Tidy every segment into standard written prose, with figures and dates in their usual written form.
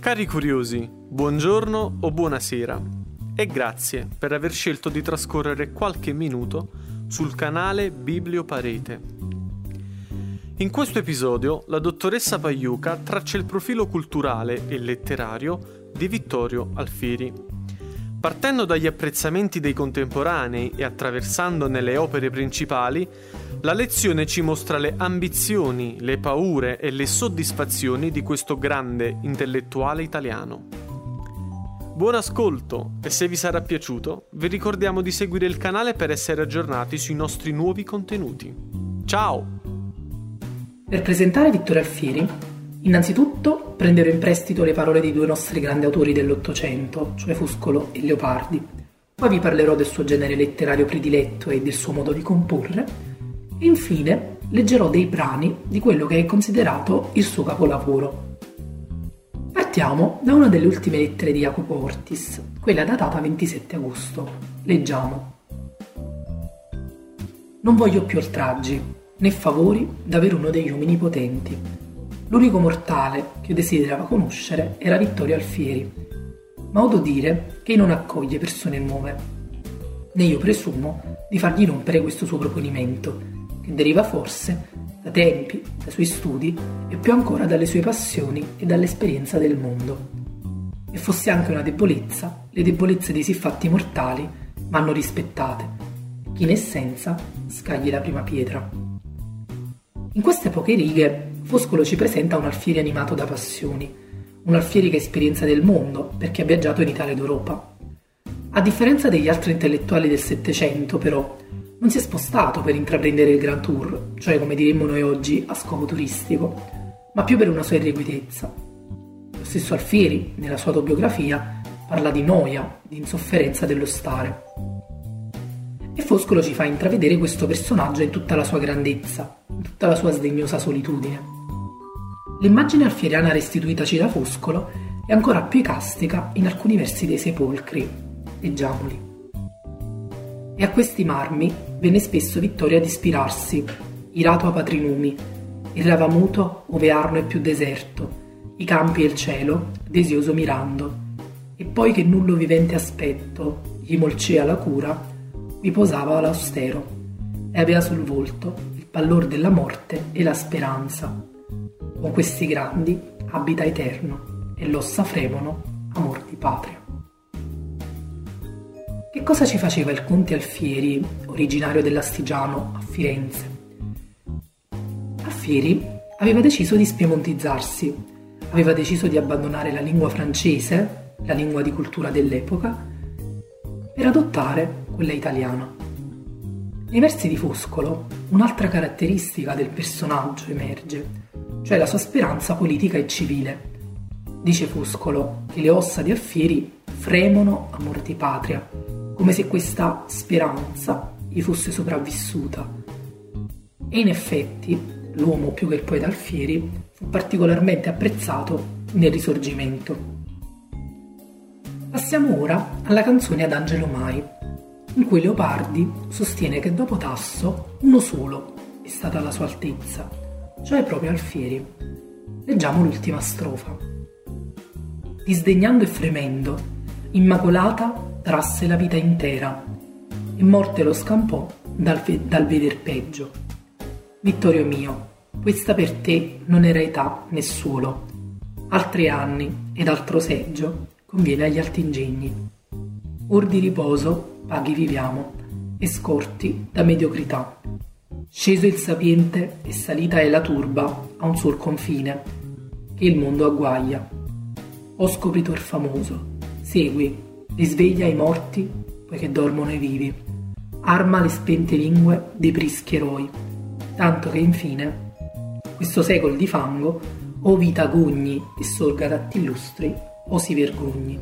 Cari curiosi, buongiorno o buonasera e grazie per aver scelto di trascorrere qualche minuto sul canale Biblioparete. In questo episodio la dottoressa Pagliuca traccia il profilo culturale e letterario di Vittorio Alfieri. Partendo dagli apprezzamenti dei contemporanei e attraversandone le opere principali, la lezione ci mostra le ambizioni, le paure e le soddisfazioni di questo grande intellettuale italiano. Buon ascolto e se vi sarà piaciuto, vi ricordiamo di seguire il canale per essere aggiornati sui nostri nuovi contenuti. Ciao! Per presentare Vittorio Alfieri, innanzitutto prenderò in prestito le parole di due nostri grandi autori dell'Ottocento, cioè Fuscolo e Leopardi. Poi vi parlerò del suo genere letterario prediletto e del suo modo di comporre. E infine leggerò dei brani di quello che è considerato il suo capolavoro. Partiamo da una delle ultime lettere di Jacopo Ortis, quella datata 27 agosto. Leggiamo. Non voglio più oltraggi, né favori d'aver uno degli uomini potenti. L'unico mortale che io desiderava conoscere era Vittorio Alfieri, ma odo dire che non accoglie persone nuove, né io presumo di fargli rompere questo suo proponimento, che deriva forse da tempi, dai suoi studi e più ancora dalle sue passioni e dall'esperienza del mondo. E fosse anche una debolezza, le debolezze dei siffatti mortali vanno rispettate. Chi in essenza scagli la prima pietra. In queste poche righe Foscolo ci presenta un Alfieri animato da passioni, un Alfieri che ha esperienza del mondo perché ha viaggiato in Italia ed Europa. A differenza degli altri intellettuali del Settecento, però, non si è spostato per intraprendere il Grand Tour, cioè come diremmo noi oggi a scopo turistico, ma più per una sua irrequietezza. Lo stesso Alfieri, nella sua autobiografia, parla di noia, di insofferenza dello stare. E Foscolo ci fa intravedere questo personaggio in tutta la sua grandezza, in tutta la sua sdegnosa solitudine. L'immagine alfieriana restituitaci da Foscolo è ancora più icastica in alcuni versi dei Sepolcri. Leggiamoli. E a questi marmi venne spesso Vittorio ad ispirarsi, irato a patri numi, errava muto ove Arno è più deserto, i campi e il cielo, desioso mirando, e poi che nullo vivente aspetto gli molcea la cura, vi posava l'austero, e aveva sul volto il pallor della morte e la speranza. Con questi grandi abita eterno, e l'ossa fremono amor di patria. Che cosa ci faceva il conte Alfieri, originario dell'Astigiano, a Firenze? Alfieri aveva deciso di spiemontizzarsi, aveva deciso di abbandonare la lingua francese, la lingua di cultura dell'epoca, per adottare quella italiana. Nei versi di Foscolo, un'altra caratteristica del personaggio emerge, cioè la sua speranza politica e civile. Dice Foscolo che le ossa di Alfieri fremono amor di patria, come se questa speranza gli fosse sopravvissuta. E in effetti l'uomo più che il poeta Alfieri fu particolarmente apprezzato nel Risorgimento. Passiamo ora alla canzone ad Angelo Mai, in cui Leopardi sostiene che dopo Tasso uno solo è stato alla sua altezza, cioè proprio Alfieri. Leggiamo l'ultima strofa. Disdegnando e fremendo, immacolata trasse la vita intera e morte lo scampò dal veder peggio. Vittorio mio, questa per te non era età né suolo, altri anni ed altro seggio conviene agli alti ingegni. Or di riposo paghi viviamo e scorti da mediocrità. Sceso il sapiente e salita è la turba a un suol confine che il mondo agguaglia. O scopritor famoso, segui, risveglia i morti poiché dormono i vivi, arma le spente lingue dei prischi eroi, tanto che infine questo secol di fango o vita gugni e sorga d'atti illustri o si vergogni.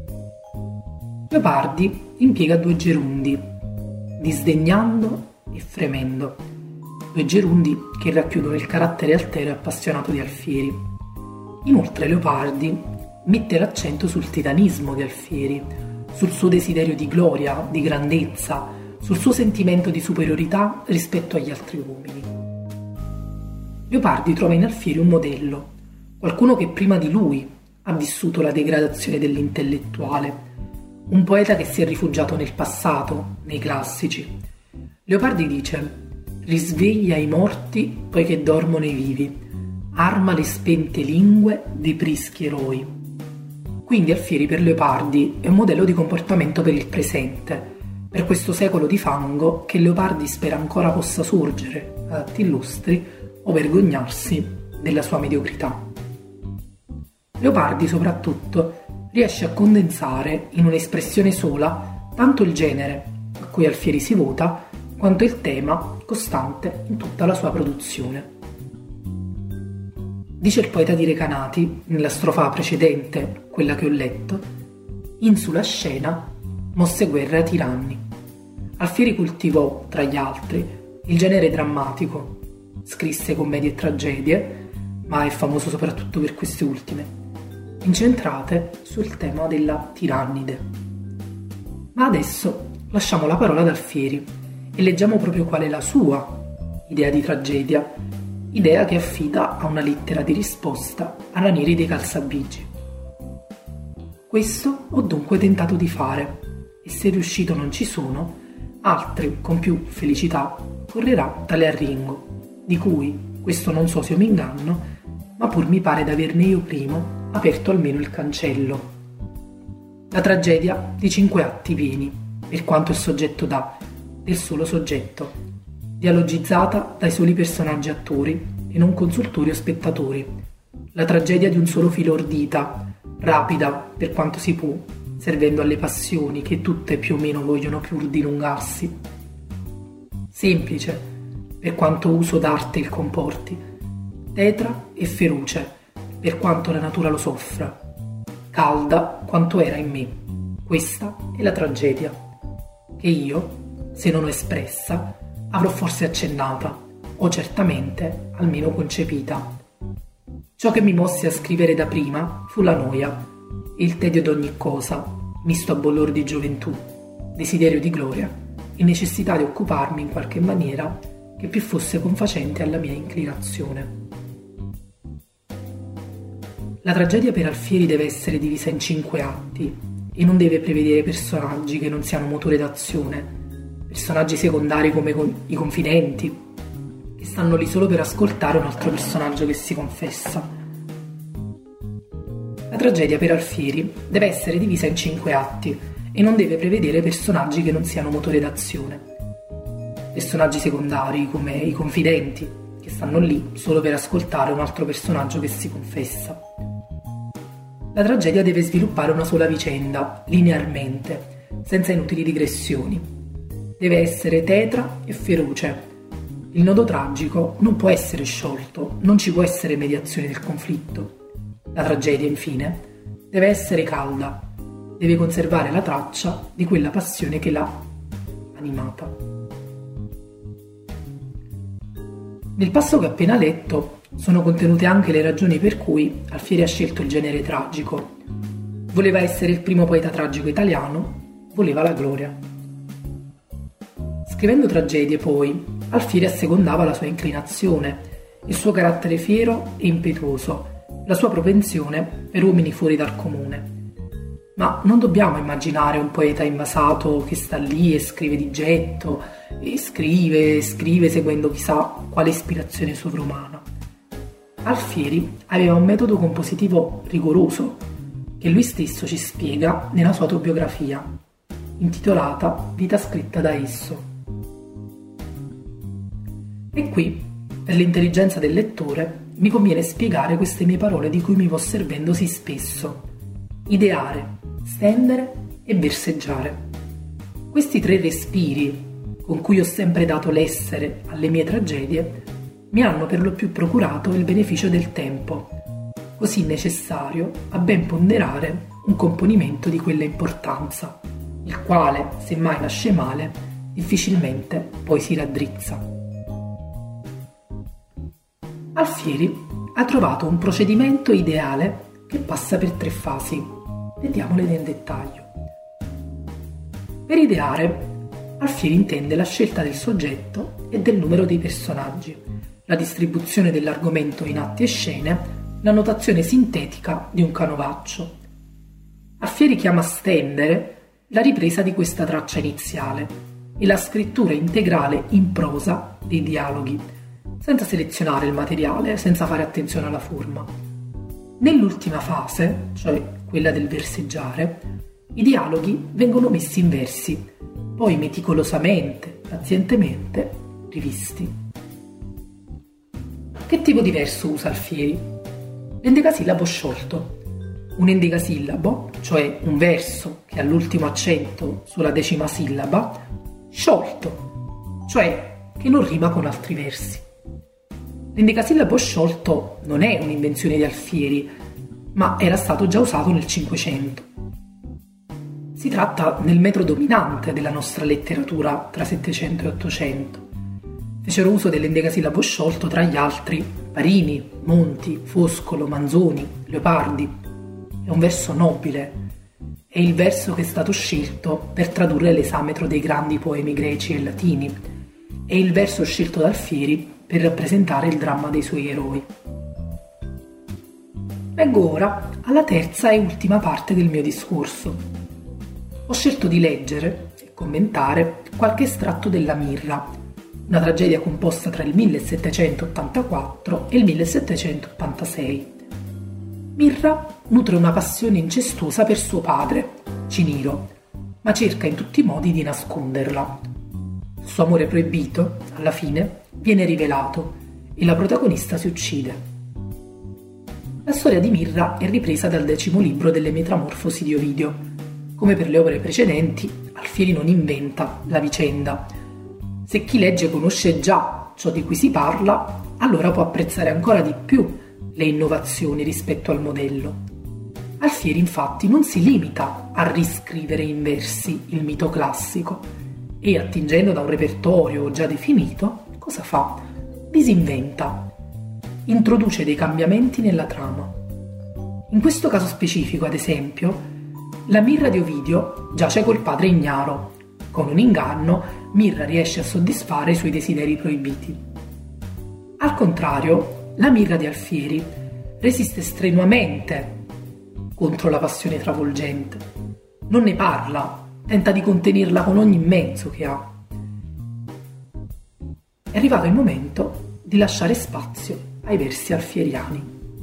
Leopardi impiega due gerundi, disdegnando e fremendo, due gerundi che racchiudono il carattere altero e appassionato di Alfieri. Inoltre Leopardi mette l'accento sul titanismo di Alfieri, sul suo desiderio di gloria, di grandezza, sul suo sentimento di superiorità rispetto agli altri uomini. Leopardi trova in Alfieri un modello, qualcuno che prima di lui ha vissuto la degradazione dell'intellettuale, un poeta che si è rifugiato nel passato, nei classici. Leopardi dice: risveglia i morti poiché dormono i vivi, arma le spente lingue dei prischi eroi. Quindi Alfieri per Leopardi è un modello di comportamento per il presente, per questo secolo di fango che Leopardi spera ancora possa sorgere ad atti illustri o vergognarsi della sua mediocrità. Leopardi soprattutto riesce a condensare in un'espressione sola tanto il genere a cui Alfieri si vota quanto il tema costante in tutta la sua produzione. Dice il poeta di Recanati, nella strofa precedente, quella che ho letto: insula scena, mosse guerra ai tiranni. Alfieri coltivò, tra gli altri, il genere drammatico, scrisse commedie e tragedie, ma è famoso soprattutto per queste ultime, incentrate sul tema della tirannide. Ma adesso lasciamo la parola ad Alfieri e leggiamo proprio qual è la sua idea di tragedia, idea che affida a una lettera di risposta a Ranieri dei Calzabigi. Questo ho dunque tentato di fare, e se riuscito non ci sono, altri con più felicità correrà tale arringo, di cui, questo non so se io mi inganno, ma pur mi pare d'averne io primo aperto almeno il cancello. La tragedia di 5 atti pieni, per quanto il soggetto dà, del solo soggetto, dialogizzata dai soli personaggi attori e non consultori o spettatori. La tragedia di un solo filo ordita, rapida per quanto si può, servendo alle passioni che tutte più o meno vogliono pur dilungarsi. Semplice, per quanto uso d'arte il comporti, tetra e feroce, per quanto la natura lo soffra, calda quanto era in me. Questa è la tragedia, che io, se non ho espressa, avrò forse accennata, o certamente almeno concepita. Ciò che mi mosse a scrivere da prima fu la noia, il tedio d'ogni cosa, misto a bollor di gioventù, desiderio di gloria e necessità di occuparmi in qualche maniera che più fosse confacente alla mia inclinazione. La tragedia per Alfieri deve essere divisa in 5 atti e non deve prevedere personaggi che non siano motore d'azione, personaggi secondari come i confidenti, che stanno lì solo per ascoltare un altro personaggio che si confessa. La tragedia per Alfieri deve essere divisa in 5 atti e non deve prevedere personaggi che non siano motore d'azione. Personaggi secondari come i confidenti, che stanno lì solo per ascoltare un altro personaggio che si confessa. La tragedia deve sviluppare una sola vicenda, linearmente, senza inutili digressioni. Deve essere tetra e feroce. Il nodo tragico non può essere sciolto, non ci può essere mediazione del conflitto. La tragedia, infine, deve essere calda, deve conservare la traccia di quella passione che l'ha animata. Nel passo che ho appena letto sono contenute anche le ragioni per cui Alfieri ha scelto il genere tragico. Voleva essere il primo poeta tragico italiano, voleva la gloria. Scrivendo tragedie, poi, Alfieri assecondava la sua inclinazione, il suo carattere fiero e impetuoso, la sua propensione per uomini fuori dal comune. Ma non dobbiamo immaginare un poeta invasato che sta lì e scrive di getto, e scrive seguendo chissà quale ispirazione sovrumana. Alfieri aveva un metodo compositivo rigoroso, che lui stesso ci spiega nella sua autobiografia, intitolata Vita scritta da esso. E qui, per l'intelligenza del lettore, mi conviene spiegare queste mie parole di cui mi vo servendo sì spesso: ideare, stendere e verseggiare. Questi 3 respiri, con cui ho sempre dato l'essere alle mie tragedie, mi hanno per lo più procurato il beneficio del tempo, così necessario a ben ponderare un componimento di quella importanza, il quale, se mai nasce male, difficilmente poi si raddrizza. Alfieri ha trovato un procedimento ideale che passa per 3 fasi. Vediamole nel dettaglio. Per ideare, Alfieri intende la scelta del soggetto e del numero dei personaggi, la distribuzione dell'argomento in atti e scene, la notazione sintetica di un canovaccio. Alfieri chiama stendere la ripresa di questa traccia iniziale e la scrittura integrale in prosa dei dialoghi, senza selezionare il materiale, senza fare attenzione alla forma. Nell'ultima fase, cioè quella del verseggiare, i dialoghi vengono messi in versi, poi meticolosamente, pazientemente rivisti. Che tipo di verso usa Alfieri? L'endecasillabo sciolto. Un endecasillabo, cioè un verso che ha l'ultimo accento sulla decima sillaba, sciolto, cioè che non rima con altri versi. L'endecasillabo sciolto non è un'invenzione di Alfieri, ma era stato già usato nel Cinquecento. Si tratta del metro dominante della nostra letteratura tra Settecento e Ottocento. Fecero uso dell'endecasillabo sciolto tra gli altri Parini, Monti, Foscolo, Manzoni, Leopardi. È un verso nobile, è il verso che è stato scelto per tradurre l'esametro dei grandi poemi greci e latini, è il verso scelto da Alfieri per rappresentare il dramma dei suoi eroi. Vengo ora alla terza e ultima parte del mio discorso. Ho scelto di leggere e commentare qualche estratto della Mirra, una tragedia composta tra il 1784 e il 1786. Mirra nutre una passione incestuosa per suo padre, Ciniro, ma cerca in tutti i modi di nasconderla. Il suo amore proibito, alla fine, viene rivelato e la protagonista si uccide. La storia di Mirra è ripresa dal 10° libro delle Metamorfosi di Ovidio. Come per le opere precedenti, Alfieri non inventa la vicenda. Se chi legge conosce già ciò di cui si parla, allora può apprezzare ancora di più le innovazioni rispetto al modello. Alfieri infatti non si limita a riscrivere in versi il mito classico e, attingendo da un repertorio già definito, cosa fa? Disinventa, introduce dei cambiamenti nella trama. In questo caso specifico, ad esempio, la Mirra di Ovidio giace col padre ignaro. Con un inganno, Mirra riesce a soddisfare i suoi desideri proibiti. Al contrario, la Mirra di Alfieri resiste strenuamente contro la passione travolgente. Non ne parla, tenta di contenerla con ogni mezzo che ha. È arrivato il momento di lasciare spazio ai versi alfieriani.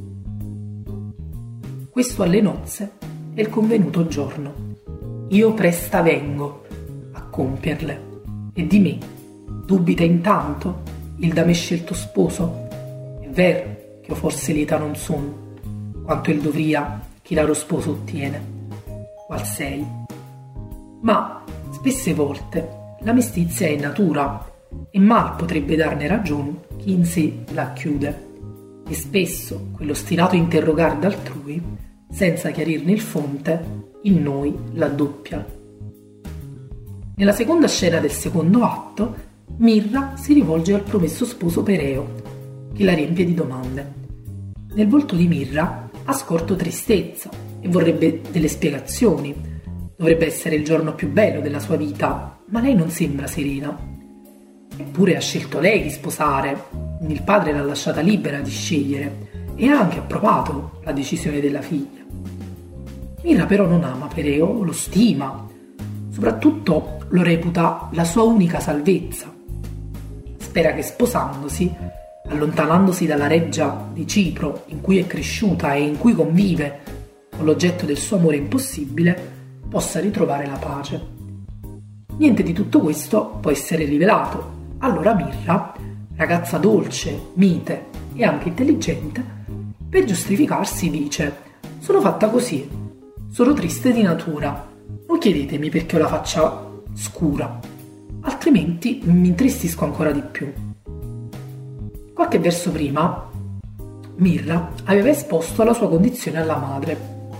Questo alle nozze è il convenuto giorno. Io presta vengo a compierle, e di me dubita intanto il da me scelto sposo? È vero che io forse lieta non son, quanto il dovria chi l'aro sposo ottiene, qual sei. Ma spesse volte la mestizia è natura e mal potrebbe darne ragion chi in sé la chiude, e spesso quell'ostinato interrogar d'altrui, senza chiarirne il fonte, in noi la doppia. Nella seconda scena del secondo atto, Mirra si rivolge al promesso sposo Pereo, che la riempie di domande. Nel volto di Mirra ha scorto tristezza e vorrebbe delle spiegazioni. Dovrebbe essere il giorno più bello della sua vita, ma lei non sembra serena. Eppure ha scelto lei di sposare, il padre l'ha lasciata libera di scegliere e ha anche approvato la decisione della figlia. Mirra però non ama Pereo, lo stima, soprattutto lo reputa la sua unica salvezza. Spera che sposandosi, allontanandosi dalla reggia di Cipro in cui è cresciuta e in cui convive con l'oggetto del suo amore impossibile, possa ritrovare la pace. Niente di tutto questo può essere rivelato. Allora Mirra, ragazza dolce, mite e anche intelligente, per giustificarsi dice: sono fatta così, sono triste di natura, non chiedetemi perché ho la faccia scura, altrimenti mi intristisco ancora di più. Qualche verso prima, Mirra aveva esposto la sua condizione alla madre.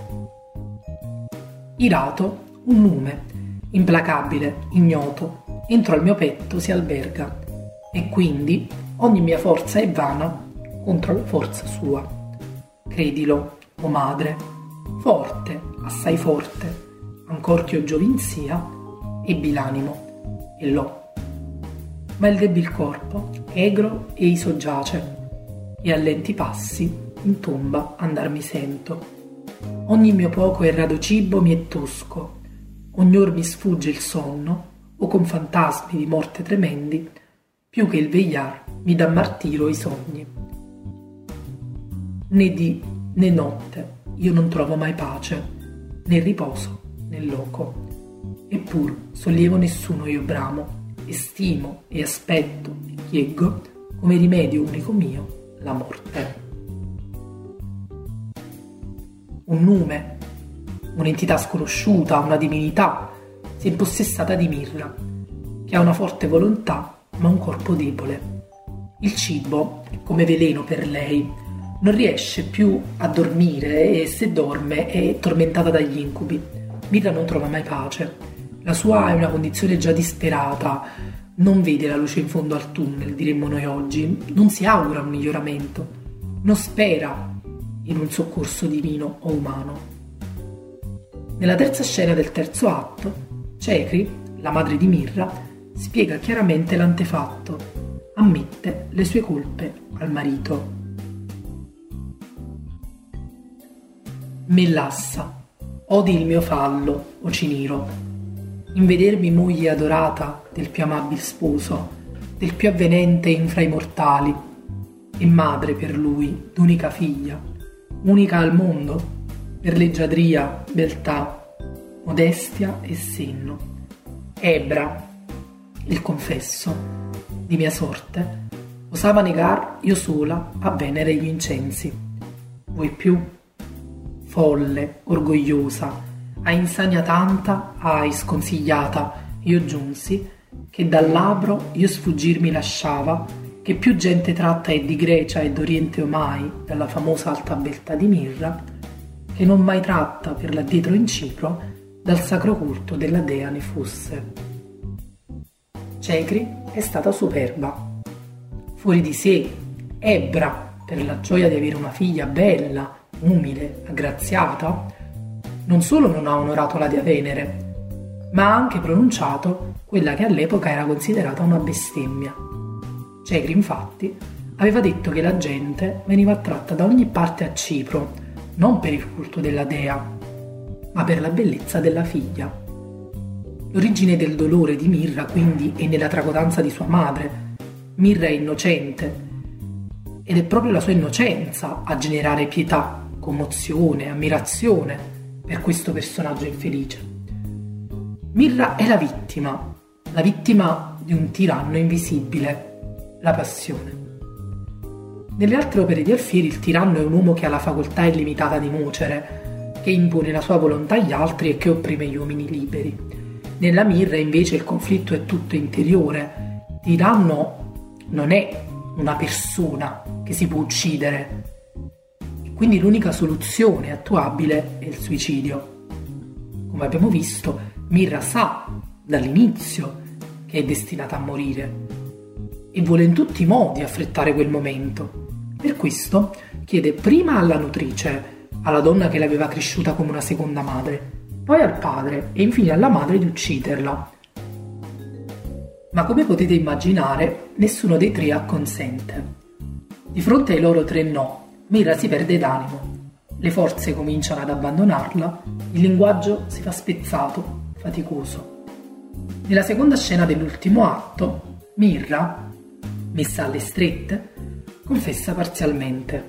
Irato, un nume, implacabile, ignoto, entro al mio petto si alberga, e quindi ogni mia forza è vana contro la forza sua. Credilo, o madre, forte, assai forte, ancor che io giovin sia, ebbi l'animo, e l'ho. Ma il debil corpo, egro e iso giace, e a lenti passi in tomba andar mi sento. Ogni mio poco e rado cibo mi è tosco, ognor mi sfugge il sonno, o con fantasmi di morte tremendi, più che il vegliar mi dà martiro i sogni. Né dì né notte io non trovo mai pace, né riposo né loco. Eppur sollievo nessuno io bramo, e stimo e aspetto e chieggo come rimedio unico mio la morte. Un nume, un'entità sconosciuta, una divinità, si è impossessata di Mirra, che ha una forte volontà ma un corpo debole. Il cibo, come veleno per lei, non riesce più a dormire e se dorme è tormentata dagli incubi. Mirra non trova mai pace. La sua è una condizione già disperata, non vede la luce in fondo al tunnel, diremmo noi oggi, non si augura un miglioramento, non spera in un soccorso divino o umano. Nella terza scena del terzo atto, Cecri, la madre di Mirra, spiega chiaramente l'antefatto, ammette le sue colpe al marito. Me lassa, odi il mio fallo, o Ciniro, in vedermi moglie adorata del più amabil sposo, del più avvenente infra i mortali, e madre per lui d'unica figlia, unica al mondo, per leggiadria, beltà, modestia e senno. Ebra, il confesso, di mia sorte, osava negar io sola a Venere gli incensi. Voi più, folle, orgogliosa, a insania tanta hai sconsigliata, io giunsi, che dal labbro io sfuggir mi lasciava, che più gente tratta è di Grecia e d'Oriente omai, dalla famosa alta beltà di Mirra, che non mai tratta per l'addietro in Cipro, dal sacro culto della dea ne fosse. Cecri è stata superba, fuori di sé, ebbra per la gioia di avere una figlia bella, umile, aggraziata. Non solo non ha onorato la dea Venere, ma ha anche pronunciato quella che all'epoca era considerata una bestemmia. Cecri, infatti, aveva detto che la gente veniva attratta da ogni parte a Cipro, non per il culto della dea, ma per la bellezza della figlia. L'origine del dolore di Mirra, quindi, è nella tracotanza di sua madre. Mirra è innocente, ed è proprio la sua innocenza a generare pietà, commozione, ammirazione per questo personaggio infelice. Mirra è la vittima di un tiranno invisibile, la passione. Nelle altre opere di Alfieri il tiranno è un uomo che ha la facoltà illimitata di nuocere, che impone la sua volontà agli altri e che opprime gli uomini liberi. Nella Mirra invece il conflitto è tutto interiore. Il tiranno non è una persona che si può uccidere, e quindi l'unica soluzione attuabile è il suicidio. Come abbiamo visto, Mirra sa dall'inizio che è destinata a morire e vuole in tutti i modi affrettare quel momento. Per questo chiede prima alla nutrice, alla donna che l'aveva cresciuta come una seconda madre, poi al padre e infine alla madre di ucciderla. Ma come potete immaginare, nessuno dei tre acconsente. Di fronte ai loro tre no, Mirra si perde d'animo. Le forze cominciano ad abbandonarla, il linguaggio si fa spezzato, faticoso. Nella seconda scena dell'ultimo atto, Mirra, messa alle strette, confessa parzialmente.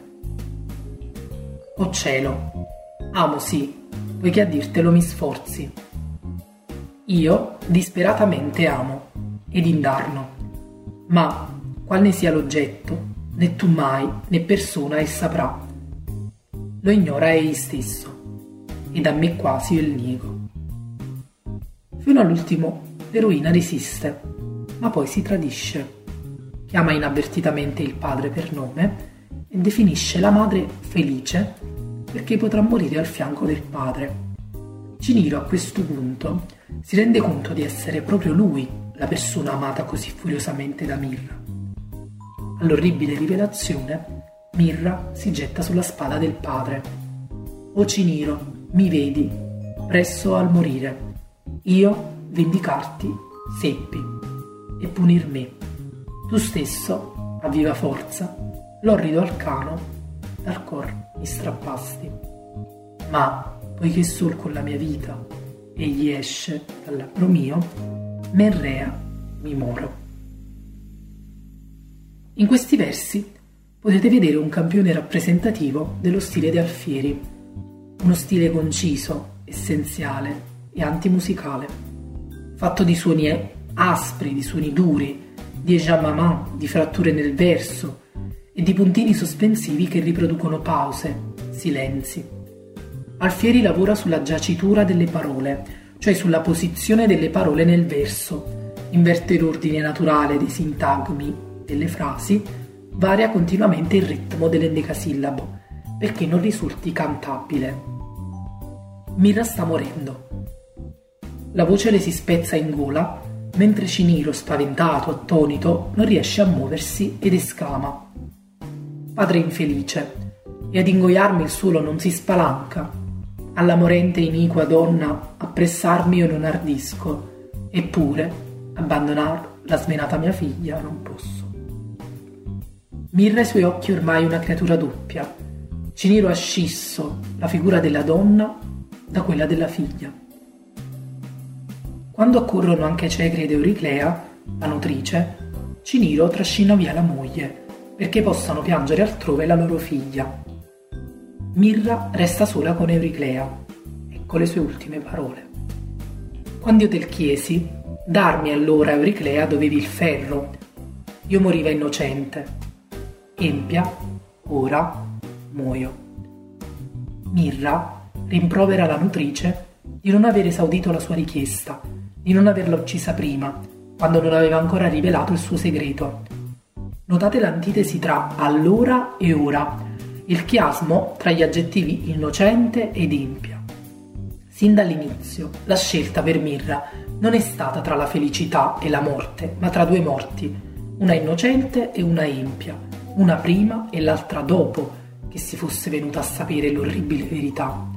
O cielo, amo sì, poiché a dirtelo mi sforzi. Io disperatamente amo, ed indarno, ma qual ne sia l'oggetto, né tu mai, né persona il saprà. Lo ignora egli stesso, ed a me quasi io il niego. Fino all'ultimo l'eroina resiste, ma poi si tradisce. Chiama inavvertitamente il padre per nome e definisce la madre felice perché potrà morire al fianco del padre. Ciniro a questo punto si rende conto di essere proprio lui la persona amata così furiosamente da Mirra. All'orribile rivelazione, Mirra si getta sulla spada del padre. O Ciniro, mi vedi, presso al morire. Io, vendicarti, seppi, e punir me. Tu stesso, a viva forza, l'orrido arcano, dal cor mi strappasti. Ma, poiché sol con la mia vita egli esce dal labbro mio, men rea mi moro. In questi versi potete vedere un campione rappresentativo dello stile di Alfieri, uno stile conciso, essenziale e antimusicale, fatto di suoni aspri, di suoni duri, di ejamamant, di fratture nel verso e di puntini sospensivi che riproducono pause, silenzi. Alfieri lavora sulla giacitura delle parole, cioè sulla posizione delle parole nel verso, inverte l'ordine naturale dei sintagmi delle frasi, varia continuamente il ritmo dell'endecasillabo, perché non risulti cantabile. Mirra sta morendo. La voce le si spezza in gola, mentre Ciniro, spaventato, attonito, non riesce a muoversi ed esclama: «Padre infelice, e ad ingoiarmi il suolo non si spalanca. Alla morente iniqua donna appressarmi io non ardisco, eppure abbandonar la smenata mia figlia non posso». Mirra ai suoi occhi ormai una creatura doppia. Ciniro ha scisso la figura della donna da quella della figlia. Quando accorrono anche Cecre ed Euriclea, la nutrice, Ciniro trascina via la moglie perché possano piangere altrove la loro figlia. Mirra resta sola con Euriclea. Ecco le sue ultime parole. Quando io te chiesi, darmi allora, Euriclea, dovevi il ferro. Io moriva innocente. Empia, ora muoio. Mirra rimprovera la nutrice di non aver esaudito la sua richiesta, di non averla uccisa prima, quando non aveva ancora rivelato il suo segreto. Notate l'antitesi tra allora e ora, il chiasmo tra gli aggettivi innocente ed empia. Sin dall'inizio, la scelta per Mirra non è stata tra la felicità e la morte, ma tra due morti, una innocente e una empia, una prima e l'altra dopo che si fosse venuta a sapere l'orribile verità.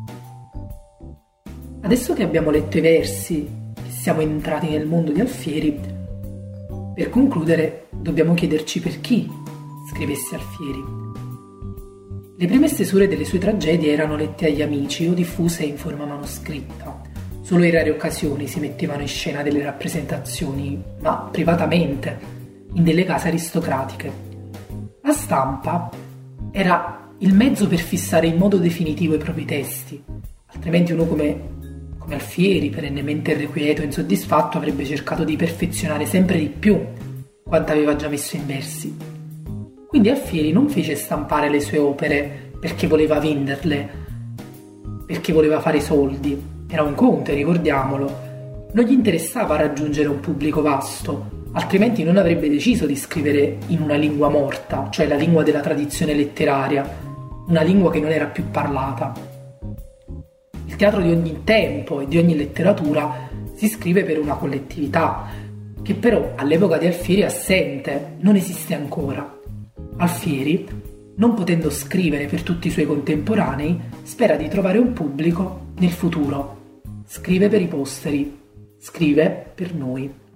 Adesso che abbiamo letto i versi, che siamo entrati nel mondo di Alfieri, per concludere dobbiamo chiederci per chi scrivesse Alfieri. Le prime stesure delle sue tragedie erano lette agli amici o diffuse in forma manoscritta. Solo in rare occasioni si mettevano in scena delle rappresentazioni, ma privatamente, in delle case aristocratiche. La stampa era il mezzo per fissare in modo definitivo i propri testi, altrimenti uno come Alfieri, perennemente irrequieto e insoddisfatto, avrebbe cercato di perfezionare sempre di più quanto aveva già messo in versi. Quindi Alfieri non fece stampare le sue opere perché voleva venderle, perché voleva fare soldi. Era un conte, ricordiamolo. Non gli interessava raggiungere un pubblico vasto, altrimenti non avrebbe deciso di scrivere in una lingua morta, cioè la lingua della tradizione letteraria, una lingua che non era più parlata. Il teatro di ogni tempo e di ogni letteratura si scrive per una collettività, che però all'epoca di Alfieri è assente, non esiste ancora. Alfieri, non potendo scrivere per tutti i suoi contemporanei, spera di trovare un pubblico nel futuro. Scrive per i posteri, scrive per noi.